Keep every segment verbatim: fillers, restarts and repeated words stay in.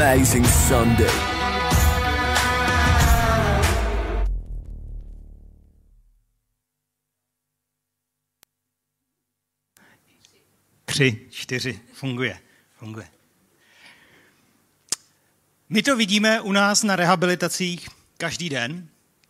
Amazing Sunday. Tři, čtyři, funguje, funguje. My to vidíme u nás na rehabilitacích každý den.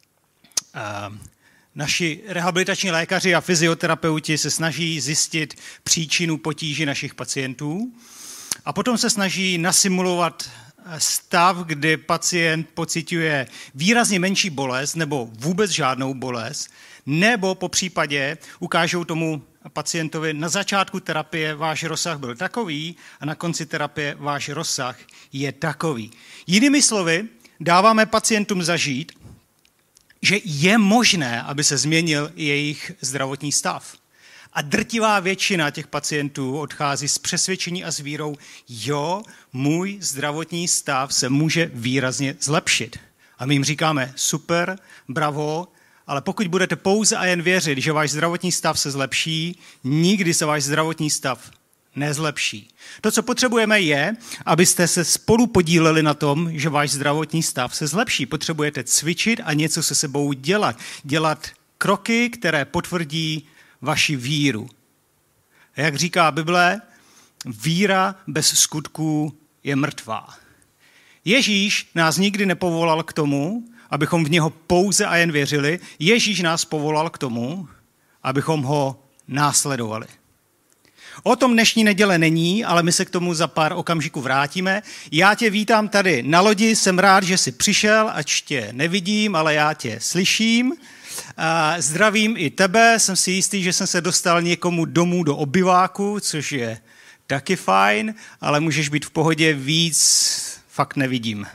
Naši rehabilitační lékaři a fyzioterapeuti se snaží zjistit příčinu potíži našich pacientů a potom se snaží nasimulovat stav, kdy pacient pociťuje výrazně menší bolest nebo vůbec žádnou bolest, nebo po případě ukážou tomu pacientovi, na začátku terapie váš rozsah byl takový a na konci terapie váš rozsah je takový. Jinými slovy, dáváme pacientům zažít, že je možné, aby se změnil jejich zdravotní stav. A drtivá většina těch pacientů odchází s přesvědčení a s vírou, jo, můj zdravotní stav se může výrazně zlepšit. A my jim říkáme, super, bravo, ale pokud budete pouze a jen věřit, že váš zdravotní stav se zlepší, nikdy se váš zdravotní stav nezlepší. To, co potřebujeme, je, abyste se spolu podíleli na tom, že váš zdravotní stav se zlepší. Potřebujete cvičit a něco se sebou dělat. Dělat kroky, které potvrdí vaši víru. A jak říká Bible, víra bez skutků je mrtvá. Ježíš nás nikdy nepovolal k tomu, abychom v něho pouze a jen věřili. Ježíš nás povolal k tomu, abychom ho následovali. O tom dnešní neděle není, ale my se k tomu za pár okamžiků vrátíme. Já tě vítám tady na lodi, jsem rád, že jsi přišel, ač tě nevidím, ale já tě slyším. Zdravím i tebe, jsem si jistý, že jsem se dostal někomu domů do obyváku, což je taky fajn, ale můžeš být v pohodě, víc fakt nevidím.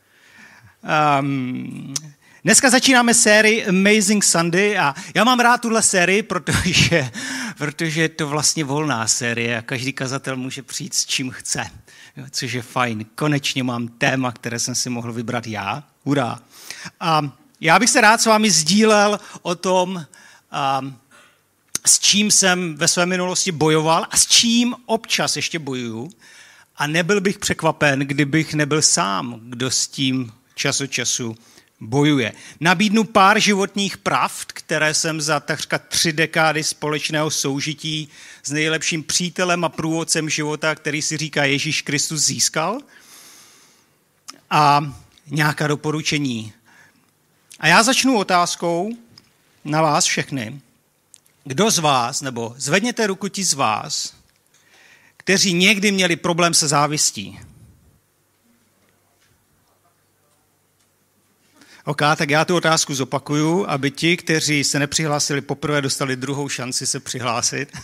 Um, dneska začínáme sérii Amazing Sunday a já mám rád tuhle sérii, protože, protože je to vlastně volná série a každý kazatel může přijít s čím chce, což je fajn. Konečně mám téma, které jsem si mohl vybrat já. Hurá. A já bych se rád s vámi sdílel o tom, um, s čím jsem ve své minulosti bojoval a s čím občas ještě bojuju. A nebyl bych překvapen, kdybych nebyl sám, kdo s tím čas od času bojuje. Nabídnu pár životních pravd, které jsem za takřka tři dekády společného soužití s nejlepším přítelem a průvodcem života, který si říká Ježíš Kristus, získal. A nějaká doporučení. A já začnu otázkou na vás všechny. Kdo z vás, nebo zvedněte ruku ti z vás, kteří někdy měli problém se závistí? OK, tak já tu otázku zopakuju, aby ti, kteří se nepřihlásili poprvé, dostali druhou šanci se přihlásit.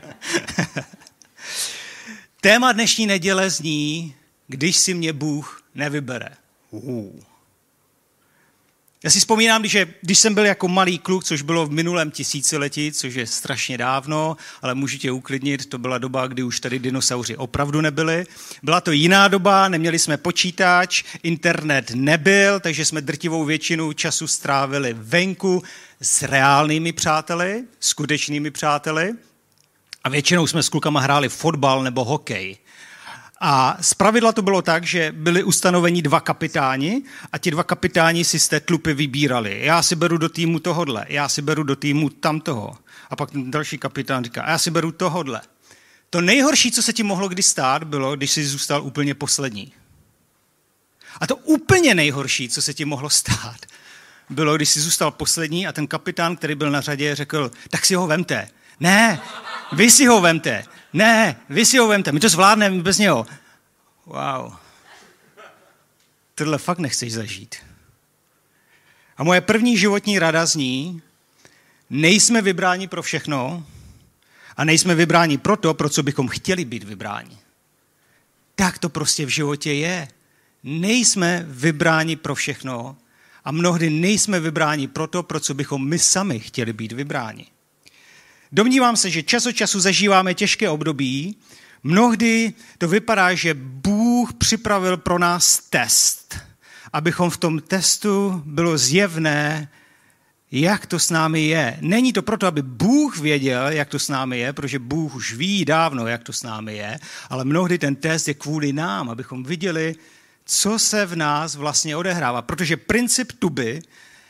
Téma dnešní neděle zní, když si mě Bůh nevybere. Uh. Já si vzpomínám, že když jsem byl jako malý kluk, což bylo v minulém tisíciletí, což je strašně dávno, ale můžu tě uklidnit, to byla doba, kdy už tady dinosauři opravdu nebyli. Byla to jiná doba, neměli jsme počítač, internet nebyl, takže jsme drtivou většinu času strávili venku s reálnými přáteli, skutečnými přáteli a většinou jsme s klukama hráli fotbal nebo hokej. A zpravidla to bylo tak, že byli ustanoveni dva kapitáni a ti dva kapitáni si z té tlupy vybírali. Já si beru do týmu tohodle, já si beru do týmu tamtoho. A pak ten další kapitán říká, já si beru tohodle. To nejhorší, co se ti mohlo kdy stát, bylo, když jsi zůstal úplně poslední. A to úplně nejhorší, co se ti mohlo stát, bylo, když jsi zůstal poslední a ten kapitán, který byl na řadě, řekl, tak si ho vemte. Ne, vy si ho vemte. Ne, vy si ho vemte, my to zvládneme bez něho. Wow. Tohle fakt nechceš zažít. A moje první životní rada zní, nejsme vybráni pro všechno a nejsme vybráni pro to, pro co bychom chtěli být vybráni. Tak to prostě v životě je. Nejsme vybráni pro všechno a mnohdy nejsme vybráni pro to, pro co bychom my sami chtěli být vybráni. Domnívám se, že čas od času zažíváme těžké období. Mnohdy to vypadá, že Bůh připravil pro nás test, abychom v tom testu bylo zjevné, jak to s námi je. Není to proto, aby Bůh věděl, jak to s námi je, protože Bůh už ví dávno, jak to s námi je, ale mnohdy ten test je kvůli nám, abychom viděli, co se v nás vlastně odehrává. Protože princip tuby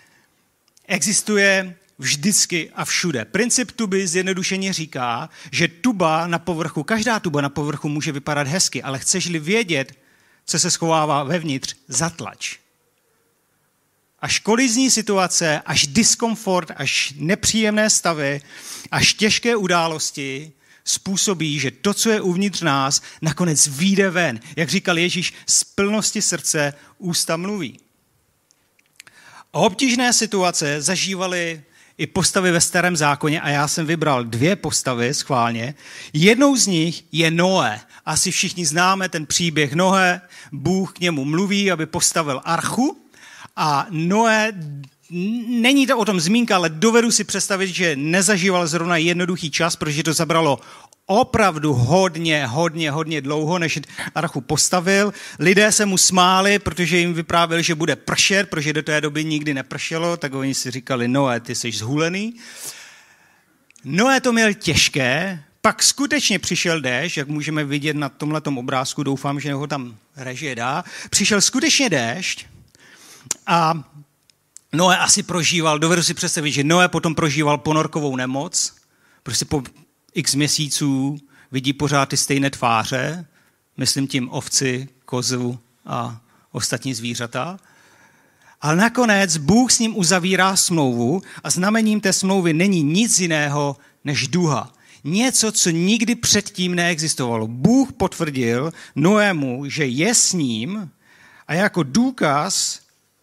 existuje vždycky a všude. Princip tuby zjednodušeně říká, že tuba na povrchu, každá tuba na povrchu může vypadat hezky, ale chceš-li vědět, co se schovává vevnitř, zatlač. Až kolizní situace, až diskomfort, až nepříjemné stavy, až těžké události způsobí, že to, co je uvnitř nás, nakonec vyjde ven. Jak říkal Ježíš, z plnosti srdce ústa mluví. A obtížné situace zažívali i postavy ve Starém zákoně a já jsem vybral dvě postavy schválně. Jednou z nich je Noé. Asi všichni známe ten příběh Noé. Bůh k němu mluví, aby postavil archu. A Noé, není to o tom zmínka, ale dovedu si představit, že nezažíval zrovna jednoduchý čas, protože to zabralo opravdu hodně, hodně, hodně dlouho, než archu postavil. Lidé se mu smáli, protože jim vyprávěl, že bude pršet, protože do té doby nikdy nepršelo, tak oni si říkali, Noé, ty jsi zhulený. Noé to měl těžké, pak skutečně přišel déšť, jak můžeme vidět na tomhletom obrázku, doufám, že ho tam režie dá. Přišel skutečně déšť a Noé asi prožíval, dovedu si představit, že Noé potom prožíval ponorkovou nemoc, prostě po x měsíců vidí pořád ty stejné tváře, myslím tím ovci, kozu a ostatní zvířata. Ale nakonec Bůh s ním uzavírá smlouvu a znamením té smlouvy není nic jiného než duha. Něco, co nikdy předtím neexistovalo. Bůh potvrdil Noému, že je s ním a jako důkaz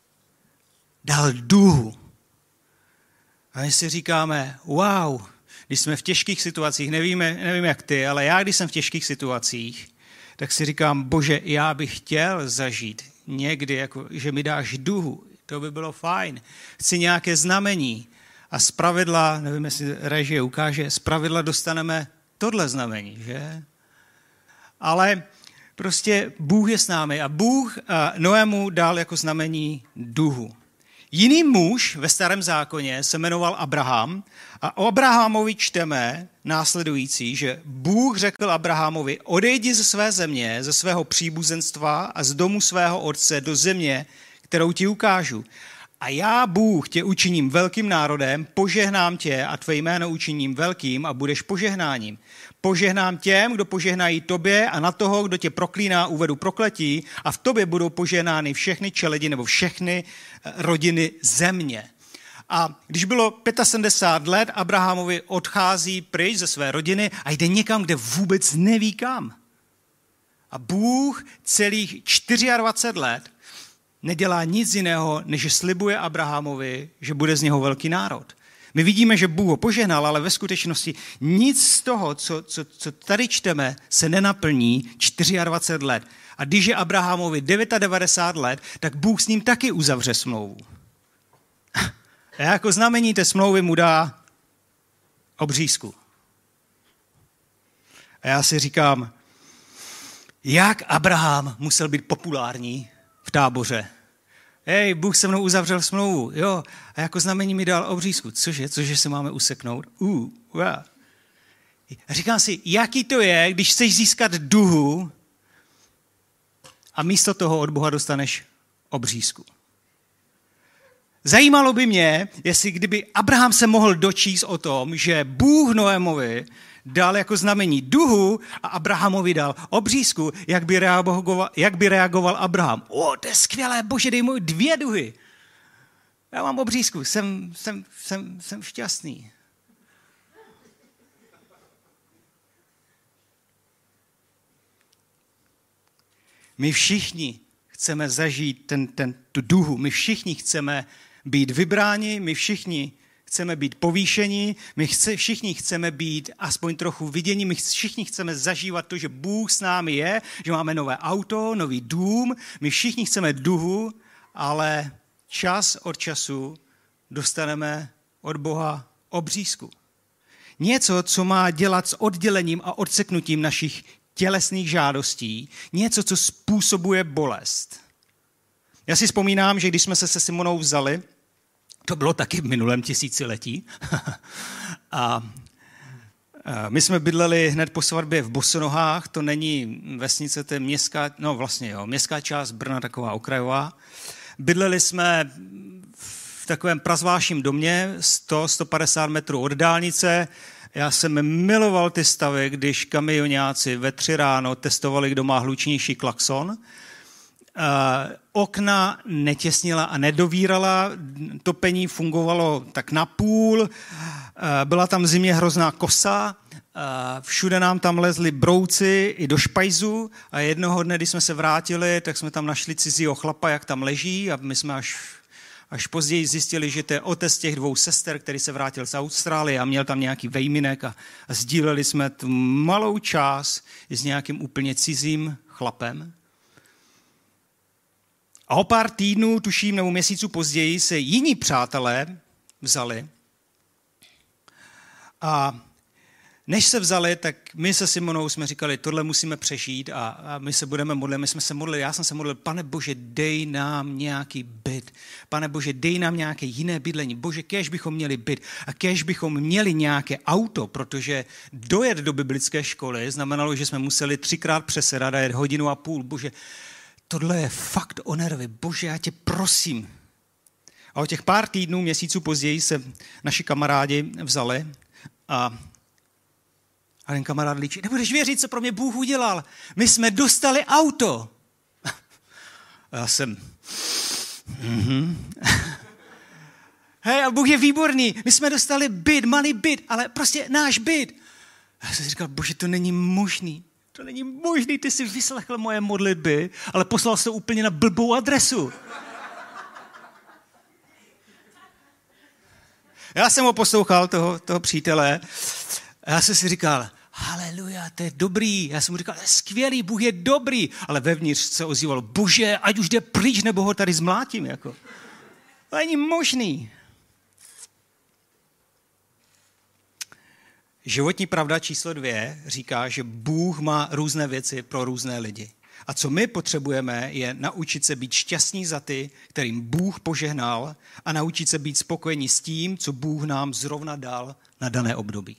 dal duhu. A my si říkáme, wow, když jsme v těžkých situacích, nevíme, nevím jak ty, ale já, když jsem v těžkých situacích, tak si říkám, Bože, já bych chtěl zažít někdy, jako, že mi dáš duhu, to by bylo fajn. Chci nějaké znamení a zpravidla, nevím, jestli režie ukáže, zpravidla dostaneme tohle znamení, že? Ale prostě Bůh je s námi a Bůh Noému dal jako znamení duhu. Jiný muž ve Starém zákoně se jmenoval Abraham a o Abrahamovi čteme následující, že Bůh řekl Abrahamovi, odejdi ze své země, ze svého příbuzenstva a z domu svého otce do země, kterou ti ukážu. A já, Bůh, tě učiním velkým národem, požehnám tě a tvé jméno učiním velkým a budeš požehnáním. Požehnám těm, kdo požehnají tobě a na toho, kdo tě proklíná, uvedu prokletí a v tobě budou požehnány všechny čeledi nebo všechny rodiny země. A když bylo sedmdesát pět let, Abrahamovi odchází pryč ze své rodiny a jde někam, kde vůbec neví kam. A Bůh celých dvacet čtyři let nedělá nic jiného, než slibuje Abrahamovi, že bude z něho velký národ. My vidíme, že Bůh ho požehnal, ale ve skutečnosti nic z toho, co, co, co tady čteme, se nenaplní dvacet čtyři let. A když je Abrahamovi devadesát devět let, tak Bůh s ním taky uzavře smlouvu. A jako znamení té smlouvy mu dá obřízku. A já si říkám, jak Abraham musel být populární v táboře. Hej, Bůh se mnou uzavřel smlouvu, jo, a jako znamení mi dal obřízku. Cože, cože se máme useknout? Uh, wow. A říkám si, jaký to je, když chceš získat duhu a místo toho od Boha dostaneš obřízku. Zajímalo by mě, jestli kdyby Abraham se mohl dočíst o tom, že Bůh Noémovi dal jako znamení duhu a Abrahamovi dal obřízku, jak by reagoval, jak by reagoval Abraham. O, to je skvělé, Bože, dej mu dvě duhy. Já mám obřízku, jsem, jsem, jsem, jsem šťastný. My všichni chceme zažít ten, ten, tu duhu, my všichni chceme být vybráni, my všichni chceme být povýšení, my chce, všichni chceme být aspoň trochu vidění, my všichni chceme zažívat to, že Bůh s námi je, že máme nové auto, nový dům, my všichni chceme duhu, ale čas od času dostaneme od Boha obřízku. Něco, co má dělat s oddělením a odseknutím našich tělesných žádostí, něco, co způsobuje bolest. Já si vzpomínám, že když jsme se se Simonou vzali, to bylo taky v minulém tisíciletí, a My jsme bydleli hned po svatbě v Bosonohách, to není vesnice, to je městská, no vlastně jo, městská část Brna, taková okrajová. Bydleli jsme v takovém prazvláštním domě, sto až sto padesát metrů od dálnice. Já jsem miloval ty stavy, když kamionáci ve tři ráno testovali, kdo má hlučnější klakson. Okna netěsnila a nedovírala, topení fungovalo tak napůl, byla tam v zimě hrozná kosa, všude nám tam lezli brouci i do špajzu a jednoho dne, když jsme se vrátili, tak jsme tam našli cizího chlapa, jak tam leží a my jsme až, až později zjistili, že to je otec těch dvou sester, který se vrátil z Austrálie a měl tam nějaký vejminek a, a sdíleli jsme tu malou část s nějakým úplně cizím chlapem. A o pár týdnů, tuším, nebo měsíců později se jiní přátelé vzali. A než se vzali, tak my se Simonou jsme říkali, tohle musíme přežít a, a my se budeme modlit. My jsme se modlili, já jsem se modlil, Pane Bože, dej nám nějaký byt. Pane Bože, dej nám nějaké jiné bydlení. Bože, kéž bychom měli byt a kéž bychom měli nějaké auto, protože dojet do biblické školy znamenalo, že jsme museli třikrát přesedat a jet hodinu a půl. Bože, tohle je fakt o nervy. Bože, já tě prosím. A o těch pár týdnů, měsíců později se naši kamarádi vzali a, a ten kamarád líčí, nebudeš věřit, co pro mě Bůh udělal. My jsme dostali auto. A já jsem... Mm-hmm. Hej, a Bůh je výborný. My jsme dostali byt, malý byt, ale prostě náš byt. A já jsem si říkal, Bože, to není možný. To není možný, ty jsi vyslechl moje modlitby, ale poslal jsi to úplně na blbou adresu. Já jsem ho poslouchal, toho, toho přítele, a já jsem si říkal, haleluja, to je dobrý. Já jsem mu říkal, to je skvělý, Bůh je dobrý. Ale vevnitř se ozývalo, Bože, ať už jde pryč, nebo ho tady zmlátím. Jako. To není možný. Životní pravda číslo dvě říká, že Bůh má různé věci pro různé lidi. A co my potřebujeme, je naučit se být šťastní za ty, kterým Bůh požehnal a naučit se být spokojení s tím, co Bůh nám zrovna dal na dané období.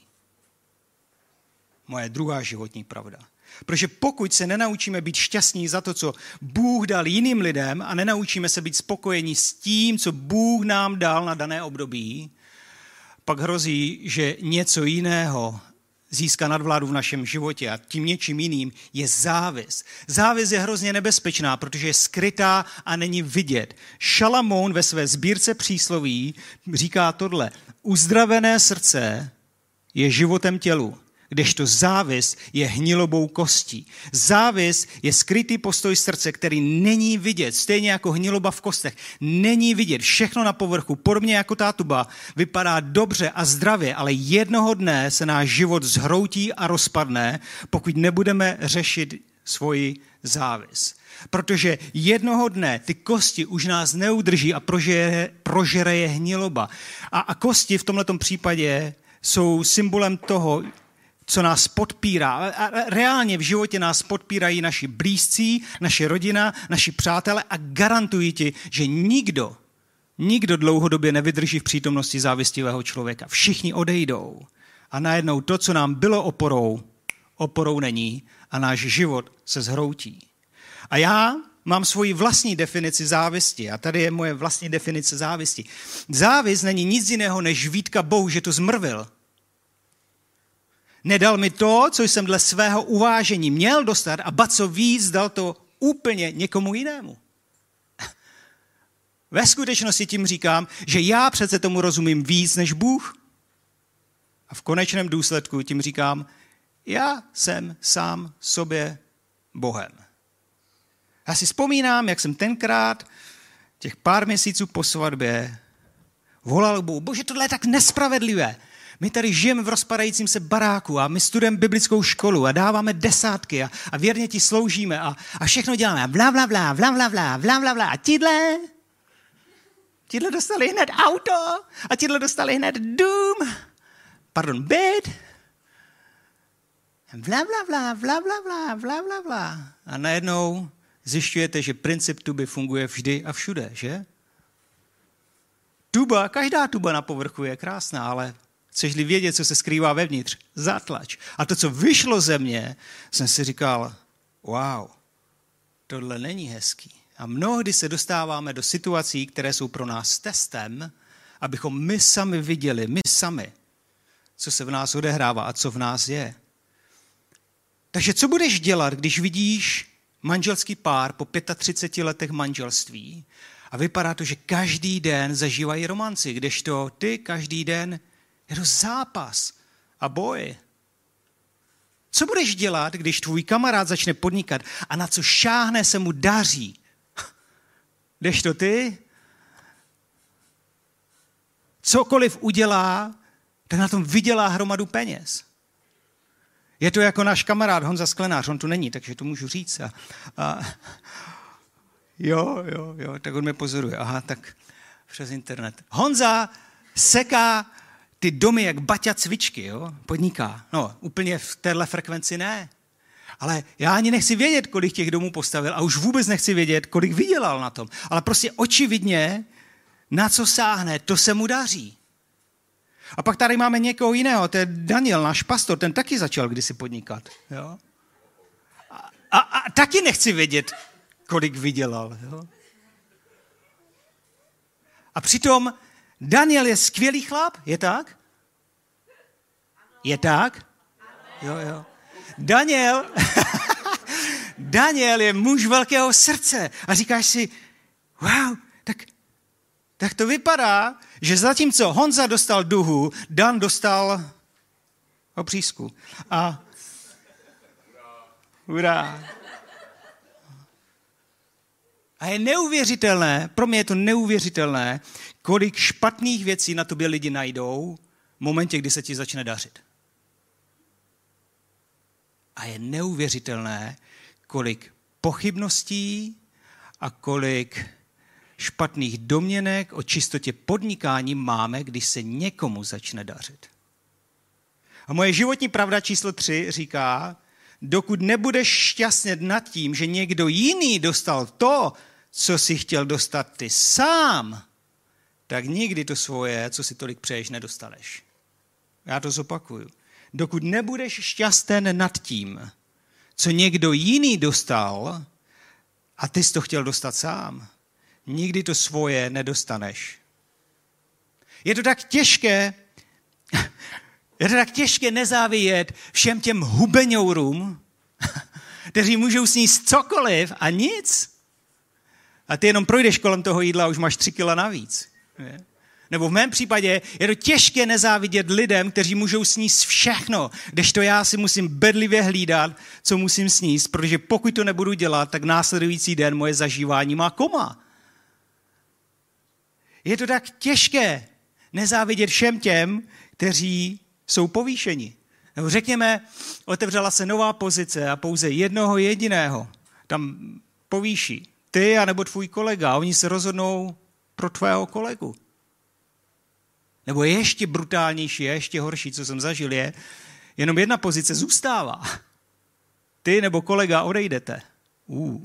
Moje druhá životní pravda. Protože pokud se nenaučíme být šťastní za to, co Bůh dal jiným lidem a nenaučíme se být spokojení s tím, co Bůh nám dal na dané období, pak hrozí, že něco jiného získá nadvládu v našem životě a tím něčím jiným je závis. Závis je hrozně nebezpečná, protože je skrytá a není vidět. Šalamoun ve své sbírce přísloví říká tohle. Uzdravené srdce je životem tělu, kdežto závis je hnilobou kostí. Závis je skrytý postoj srdce, který není vidět, stejně jako hniloba v kostech. Není vidět, všechno na povrchu, podobně jako ta tuba, vypadá dobře a zdravě, ale jednoho dne se náš život zhroutí a rozpadne, pokud nebudeme řešit svoji závis. Protože jednoho dne ty kosti už nás neudrží a prožere, prožere je hniloba. A, a kosti v tomhletom případě jsou symbolem toho, co nás podpírá. A reálně v životě nás podpírají naši blízcí, naše rodina, naši přátelé a garantuji ti, že nikdo, nikdo dlouhodobě nevydrží v přítomnosti závistivého člověka. Všichni odejdou. A najednou to, co nám bylo oporou, oporou není a náš život se zhroutí. A já mám svoji vlastní definici závisti. A tady je moje vlastní definice závisti. Závis není nic jiného, než výtka Bohu, že to zmrvil. Nedal mi to, co jsem dle svého uvážení měl dostat a ba co víc, dal to úplně někomu jinému. Ve skutečnosti tím říkám, že já přece tomu rozumím víc než Bůh. A v konečném důsledku tím říkám, já jsem sám sobě Bohem. Já si vzpomínám, jak jsem tenkrát, těch pár měsíců po svatbě, volal Bohu, Bože, tohle je tak nespravedlivé. My tady žijeme v rozpadajícím se baráku a my studujeme biblickou školu a dáváme desátky a, a věrně ti sloužíme a, a všechno děláme. A bla, bla, bla, bla, bla, bla, bla, bla, bla. A tíhle, tíhle dostali hned auto a tíhle dostali hned dům, pardon, byt. Bla, bla, bla, bla, bla, bla, bla, bla, bla. A najednou zjišťujete, že princip tuby funguje vždy a všude, že? Tuba, každá tuba na povrchu je krásná, ale Chceš-li vědět, co se skrývá vevnitř, zatlač. A to, co vyšlo ze mě, jsem si říkal, wow, tohle není hezký. A mnohdy se dostáváme do situací, které jsou pro nás testem, abychom my sami viděli, my sami, co se v nás odehrává a co v nás je. Takže co budeš dělat, když vidíš manželský pár po třiceti pěti letech manželství a vypadá to, že každý den zažívají romanci, kdežto ty každý den je to zápas a boj. Co budeš dělat, když tvůj kamarád začne podnikat a na co šáhne se mu daří? Kdežto ty cokoliv udělá, tak na tom vydělá hromadu peněz. Je to jako náš kamarád Honza Sklenář, on tu není, takže to můžu říct. A, a, jo, jo, jo, tak on mě pozoruje. Aha, tak přes internet. Honza seká ty domy jak Baťa cvičky, jo, podniká. No, úplně v téhle frekvenci ne. Ale já ani nechci vědět, kolik těch domů postavil a už vůbec nechci vědět, kolik vydělal na tom. Ale prostě očividně, na co sáhne, to se mu daří. A pak tady máme někoho jiného, to je Daniel, náš pastor, ten taky začal kdysi podnikat. Jo? A, a, a taky nechci vědět, kolik vydělal. Jo? A přitom Daniel je skvělý chlap, je tak? Je tak? Jo, jo. Daniel, Daniel je muž velkého srdce a říkáš si, wow, tak, tak to vypadá, že zatímco Honza dostal duhu, Dan dostal opřísku. A hurá. A je neuvěřitelné, pro mě je to neuvěřitelné, kolik špatných věcí na tobě lidi najdou v momentě, kdy se ti začne dařit. A je neuvěřitelné, kolik pochybností a kolik špatných domněnek o čistotě podnikání máme, když se někomu začne dařit. A moje životní pravda číslo tři říká, dokud nebudeš šťastný nad tím, že někdo jiný dostal to, co si chtěl dostat ty sám, tak nikdy to svoje, co si tolik přeješ, nedostaneš. Já to zopakuju. Dokud nebudeš šťastný nad tím, co někdo jiný dostal a ty jsi to chtěl dostat sám, nikdy to svoje nedostaneš. Je to tak těžké, je to tak těžké nezávidět všem těm hubeňourům, kteří můžou sníst cokoliv a nic. A ty jenom projdeš kolem toho jídla a už máš tři kila navíc. Je? Nebo v mém případě je to těžké nezávidět lidem, kteří můžou sníst všechno, kdežto já si musím bedlivě hlídat, co musím sníst, protože pokud to nebudu dělat, tak následující den moje zažívání má koma. Je to tak těžké nezávidět všem těm, kteří jsou povýšeni. Nebo řekněme, otevřela se nová pozice a pouze jednoho jediného tam povýší. Ty anebo tvůj kolega, oni se rozhodnou pro tvého kolegu. Nebo ještě brutálnější, ještě horší, co jsem zažil, je, jenom jedna pozice zůstává. Ty nebo kolega odejdete. Uh.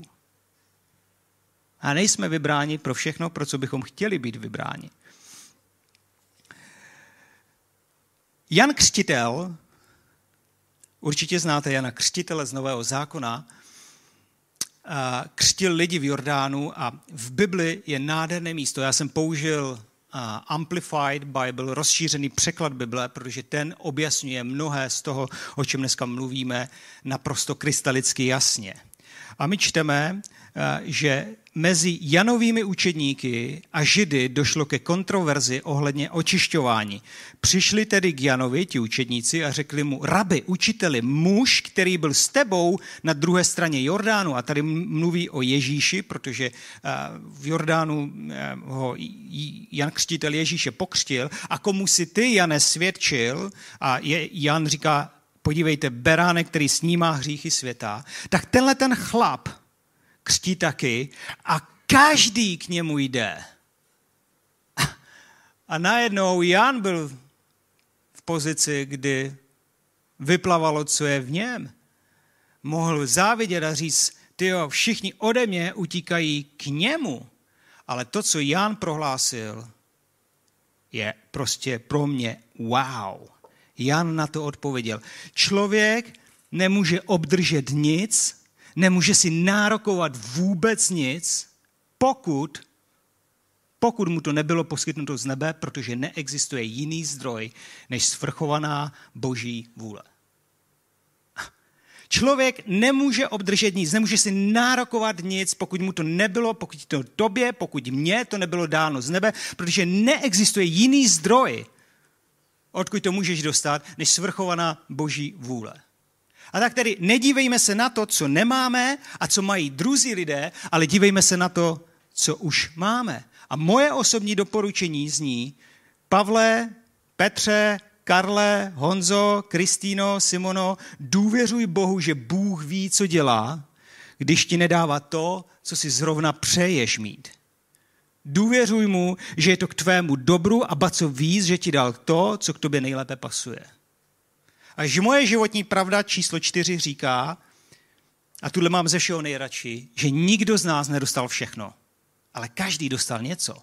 A nejsme vybráni pro všechno, pro co bychom chtěli být vybráni. Jan Křtitel, určitě znáte Jana Křtitele z Nového zákona, křtil lidi v Jordánu a v Bibli je nádherné místo. Já jsem použil Amplified Bible, rozšířený překlad Bible, protože ten objasňuje mnohé z toho, o čem dneska mluvíme, naprosto krystalicky jasně. A my čteme, že mezi Janovými učedníky a Židy došlo ke kontroverzi ohledně očišťování. Přišli tedy k Janovi, ti učedníci, a řekli mu, rabi, učiteli, muž, který byl s tebou na druhé straně Jordánu, a tady mluví o Ježíši, protože v Jordánu ho Jan Křtitel Ježíše pokřtil, a komu si ty, Jane, svědčil, a Jan říká, podívejte, beránek, který snímá hříchy světa, tak tenhle ten chlap křtí taky a každý k němu jde. A najednou Jan byl v pozici, kdy vyplavalo, co je v něm. Mohl závidět a říct, tyjo, všichni ode mě utíkají k němu. Ale to, co Jan prohlásil, je prostě pro mě wow. Jan na to odpověděl. Člověk nemůže obdržet nic, nemůže si nárokovat vůbec nic, pokud, pokud mu to nebylo poskytnuto z nebe, protože neexistuje jiný zdroj než svrchovaná boží vůle. Člověk nemůže obdržet nic, nemůže si nárokovat nic, pokud mu to nebylo, pokud to tobě, pokud mně to nebylo dáno z nebe, protože neexistuje jiný zdroj, odkud to můžeš dostat, než svrchovaná boží vůle. A tak tedy nedívejme se na to, co nemáme a co mají druzí lidé, ale dívejme se na to, co už máme. A moje osobní doporučení zní, Pavle, Petře, Karle, Honzo, Kristýno, Simono, důvěřuj Bohu, že Bůh ví, co dělá, když ti nedává to, co si zrovna přeješ mít. Důvěřuj mu, že je to k tvému dobru a ba co víc, že ti dal to, co k tobě nejlépe pasuje. Až moje životní pravda číslo čtyři říká, a tuhle mám ze všeho nejradši, že nikdo z nás nedostal všechno, ale každý dostal něco.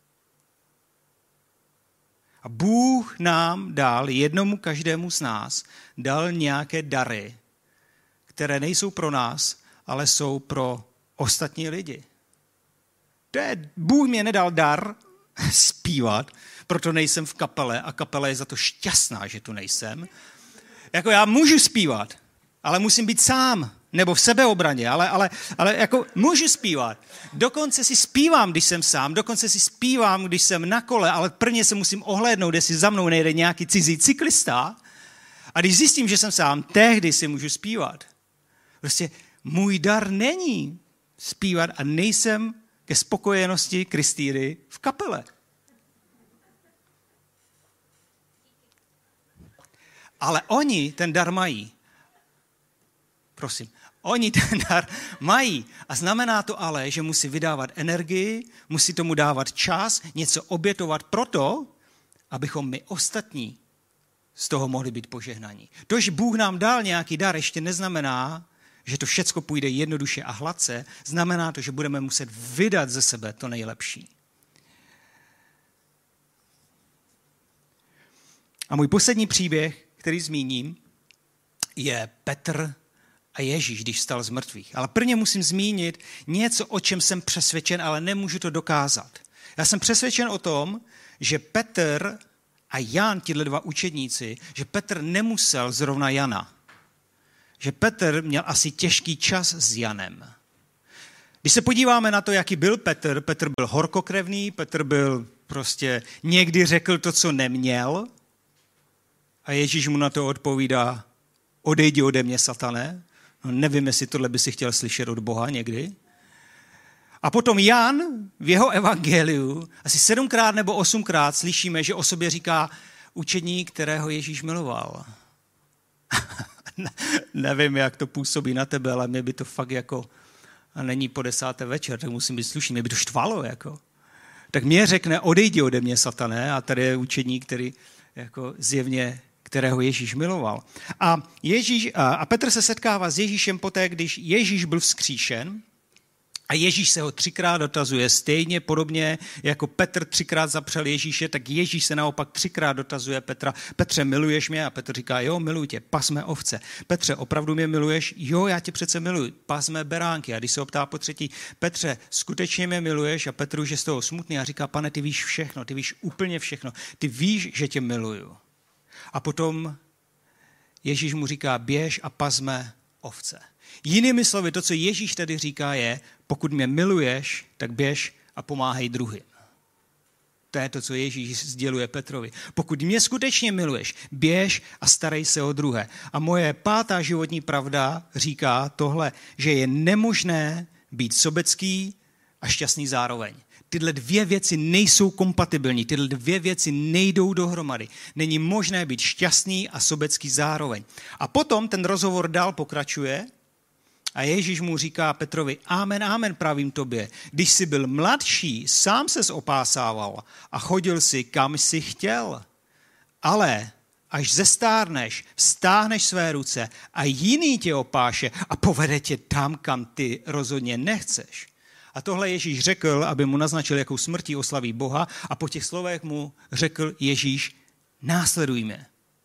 A Bůh nám dal, jednomu každému z nás, dal nějaké dary, které nejsou pro nás, ale jsou pro ostatní lidi. To je, Bůh mě nedal dar zpívat, proto nejsem v kapele a kapela je za to šťastná, že tu nejsem. Jako já můžu zpívat, ale musím být sám, nebo v sebeobraně, ale, ale, ale jako můžu zpívat. Dokonce si zpívám, když jsem sám, dokonce si zpívám, když jsem na kole, ale prvně se musím ohlédnout, jestli za mnou nejde nějaký cizí cyklista. A když zjistím, že jsem sám, tehdy si můžu zpívat. Prostě můj dar není zpívat a nejsem ke spokojenosti Kristýny v kapele. Ale oni ten dar mají. Prosím. Oni ten dar mají. A znamená to ale, že musí vydávat energii, musí tomu dávat čas, něco obětovat proto, abychom my ostatní z toho mohli být požehnaní. To, že Bůh nám dal nějaký dar, ještě neznamená, že to všecko půjde jednoduše a hladce, znamená to, že budeme muset vydat ze sebe to nejlepší. A můj poslední příběh, který zmíním, je Petr a Ježíš, když vstal z mrtvých. Ale prvně musím zmínit něco, o čem jsem přesvědčen, ale nemůžu to dokázat. Já jsem přesvědčen o tom, že Petr a Jan, tyhle dva učedníci, že Petr nemusel zrovna Jana. Že Petr měl asi těžký čas s Janem. Když se podíváme na to, jaký byl Petr, Petr byl horkokrevný, Petr byl prostě někdy řekl to, co neměl, a Ježíš mu na to odpovídá, odejdi ode mě, satane. No, nevím, jestli tohle by si chtěl slyšet od Boha někdy. A potom Jan v jeho evangeliu asi sedmkrát nebo osmkrát slyšíme, že o sobě říká učedník, kterého Ježíš miloval. Nevím, jak to působí na tebe, ale mě by to fakt jako, a není po desáté večer, tak musím být slušný, mě by to štvalo. Jako. Tak mě řekne, odejdi ode mě, satane, a tady je učedník, který jako zjevně kterého Ježíš miloval. A, Ježíš, a Petr se setkává s Ježíšem poté, když Ježíš byl vzkříšen a Ježíš se ho třikrát dotazuje stejně podobně, jako Petr třikrát zapřel Ježíše, tak Ježíš se naopak třikrát dotazuje Petra, Petře, miluješ mě? A Petr říká, jo, miluji tě, pas mé ovce. Petře, opravdu mě miluješ? Jo, já tě přece miluji, pas mé beránky. A když se ho ptá po třetí, Petře, skutečně mě miluješ? A Petr už je z toho smutný a říká, pane, ty víš všechno, ty víš úplně všechno, ty víš, že tě miluju. A potom Ježíš mu říká, běž a pas mé ovce. Jinými slovy, to, co Ježíš tady říká, je, pokud mě miluješ, tak běž a pomáhej druhým. To je to, co Ježíš sděluje Petrovi. Pokud mě skutečně miluješ, běž a starej se o druhé. A moje pátá životní pravda říká tohle, že je nemožné být sobecký a šťastný zároveň. Tyhle dvě věci nejsou kompatibilní, tyhle dvě věci nejdou dohromady. Není možné být šťastný a sobecký zároveň. A potom ten rozhovor dál pokračuje a Ježíš mu říká Petrovi, amen, amen, pravím tobě. Když jsi byl mladší, sám ses opásával a chodil si, kam jsi chtěl. Ale až zestárneš, stáhneš své ruce a jiný tě opáše a povede tě tam, kam ty rozhodně nechceš. A tohle Ježíš řekl, aby mu naznačil, jakou smrtí oslaví Boha, a po těch slovech mu řekl Ježíš, následuj mě.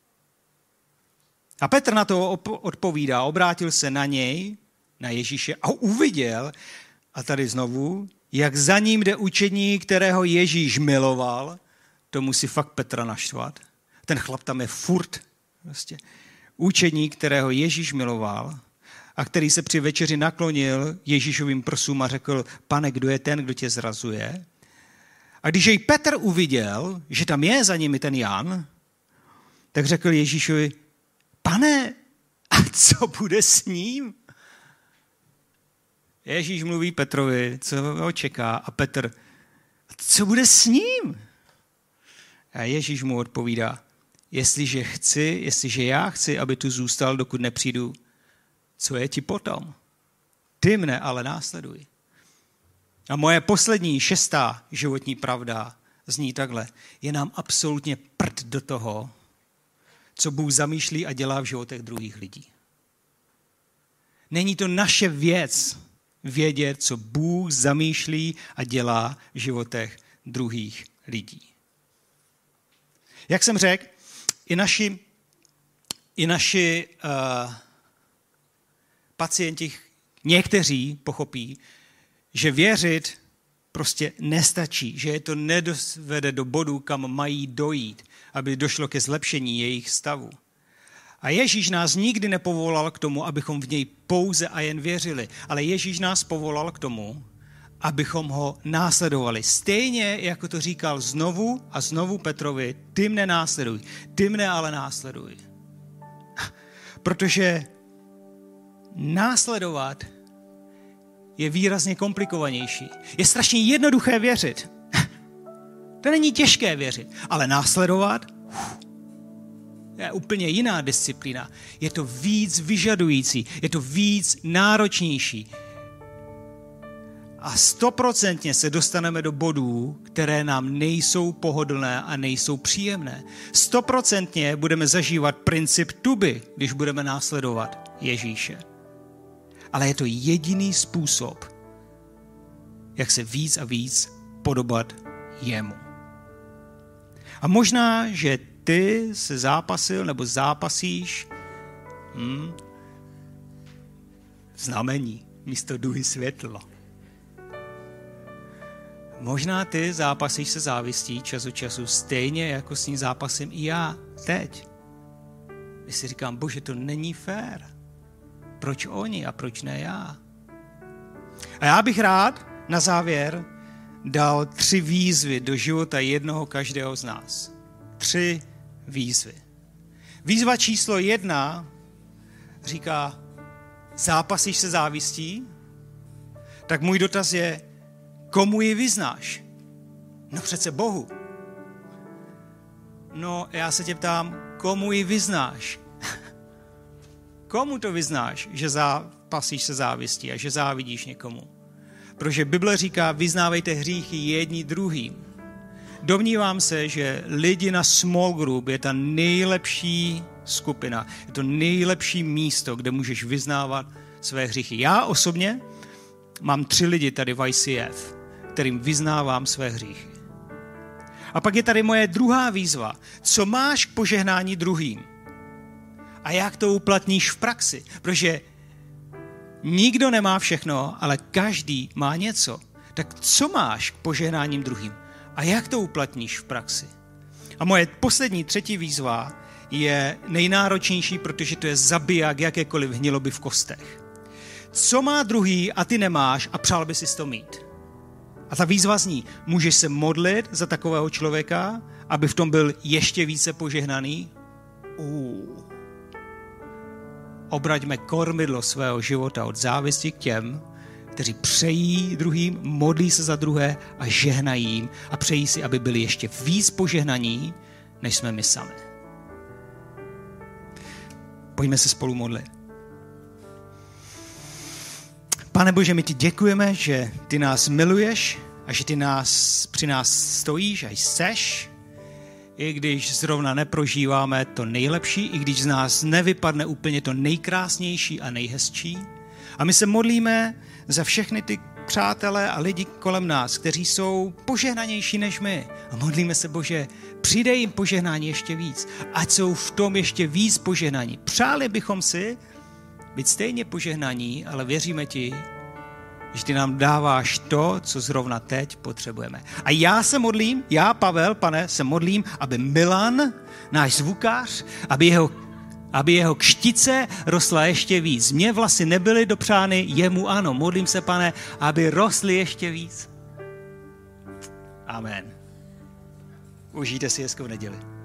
A Petr na to odpovídá, obrátil se na něj, na Ježíše, a uviděl, a tady znovu, jak za ním jde učedník, kterého Ježíš miloval. To musí fakt Petra naštvat. Ten chlap tam je furt. Prostě. Učedník, kterého Ježíš miloval a který se při večeři naklonil Ježíšovým prsům a řekl, pane, kdo je ten, kdo tě zrazuje? A když jej Petr uviděl, že tam je za nimi ten Jan, tak řekl Ježíšovi, pane, a co bude s ním? Ježíš mluví Petrovi, co ho čeká, a Petr, co bude s ním? A Ježíš mu odpovídá, jestliže chci, jestliže já chci, aby tu zůstal, dokud nepřijdu, co je ti potom? Ty mne ale následuj. A moje poslední, šestá životní pravda zní takhle. Je nám absolutně prd do toho, co Bůh zamýšlí a dělá v životech druhých lidí. Není to naše věc vědět, co Bůh zamýšlí a dělá v životech druhých lidí. Jak jsem řekl, i naši, i naši uh, pacienti, někteří pochopí, že věřit prostě nestačí, že je to nedovede do bodu, kam mají dojít, aby došlo ke zlepšení jejich stavu. A Ježíš nás nikdy nepovolal k tomu, abychom v něj pouze a jen věřili, ale Ježíš nás povolal k tomu, abychom ho následovali. Stejně, jako to říkal znovu a znovu Petrovi, ty mne následuj, ty mne ale následuj. Protože následovat je výrazně komplikovanější. Je strašně jednoduché věřit. To není těžké věřit, ale následovat je úplně jiná disciplína. Je to víc vyžadující, je to víc náročnější. A stoprocentně se dostaneme do bodů, které nám nejsou pohodlné a nejsou příjemné. Stoprocentně budeme zažívat princip tuby, když budeme následovat Ježíše. Ale je to jediný způsob, jak se víc a víc podobat jemu. A možná, že ty se zápasil nebo zápasíš hmm, znamení místo duhy světlo. Možná ty zápasíš se závistí čas od času stejně, jako s ní zápasím i já teď. Když si říkám, bože, to není fér. Proč oni a proč ne já? A já bych rád na závěr dal tři výzvy do života jednoho každého z nás. Tři výzvy. Výzva číslo jedna říká, zápasíš se závistí? Tak můj dotaz je, komu ji vyznáš? No přece Bohu. No já se tě ptám, komu ji vyznáš? Komu to vyznáš, že zápasíš se závistí a že závidíš někomu? Protože Bible říká, vyznávejte hříchy jedni druhým. Domnívám se, že lidi na small group je ta nejlepší skupina, je to nejlepší místo, kde můžeš vyznávat své hříchy. Já osobně mám tři lidi tady v I C F, kterým vyznávám své hříchy. A pak je tady moje druhá výzva. Co máš k požehnání druhým? A jak to uplatníš v praxi? Protože nikdo nemá všechno, ale každý má něco. Tak co máš k požehnáním druhým? A jak to uplatníš v praxi? A moje poslední, třetí výzva je nejnáročnější, protože to je zabiják jakékoliv hniloby v kostech. Co má druhý a ty nemáš a přál by si to mít? A ta výzva zní, můžeš se modlit za takového člověka, aby v tom byl ještě více požehnaný? Uh. Obraťme kormidlo svého života od závisti k těm, kteří přejí druhým, modlí se za druhé a žehnají jim a přejí si, aby byli ještě víc požehnaní, než jsme my sami. Pojďme se spolu modlit. Pane Bože, my ti děkujeme, že ty nás miluješ a že ty nás, při nás stojíš a jseš, i když zrovna neprožíváme to nejlepší, i když z nás nevypadne úplně to nejkrásnější a nejhezčí. A my se modlíme za všechny ty přátelé a lidi kolem nás, kteří jsou požehnanější než my. A modlíme se, Bože, přidej jim požehnání ještě víc. Ať jsou v tom ještě víc požehnaní. Přáli bychom si být stejně požehnaní, ale věříme ti, že ty nám dáváš to, co zrovna teď potřebujeme. A já se modlím, já, Pavel, pane, se modlím, aby Milan, náš zvukář, aby jeho, aby jeho kštice rostla ještě víc. Mně vlasy nebyly dopřány, jemu ano. Modlím se, pane, aby rostly ještě víc. Amen. Užijte si hezkou neděli.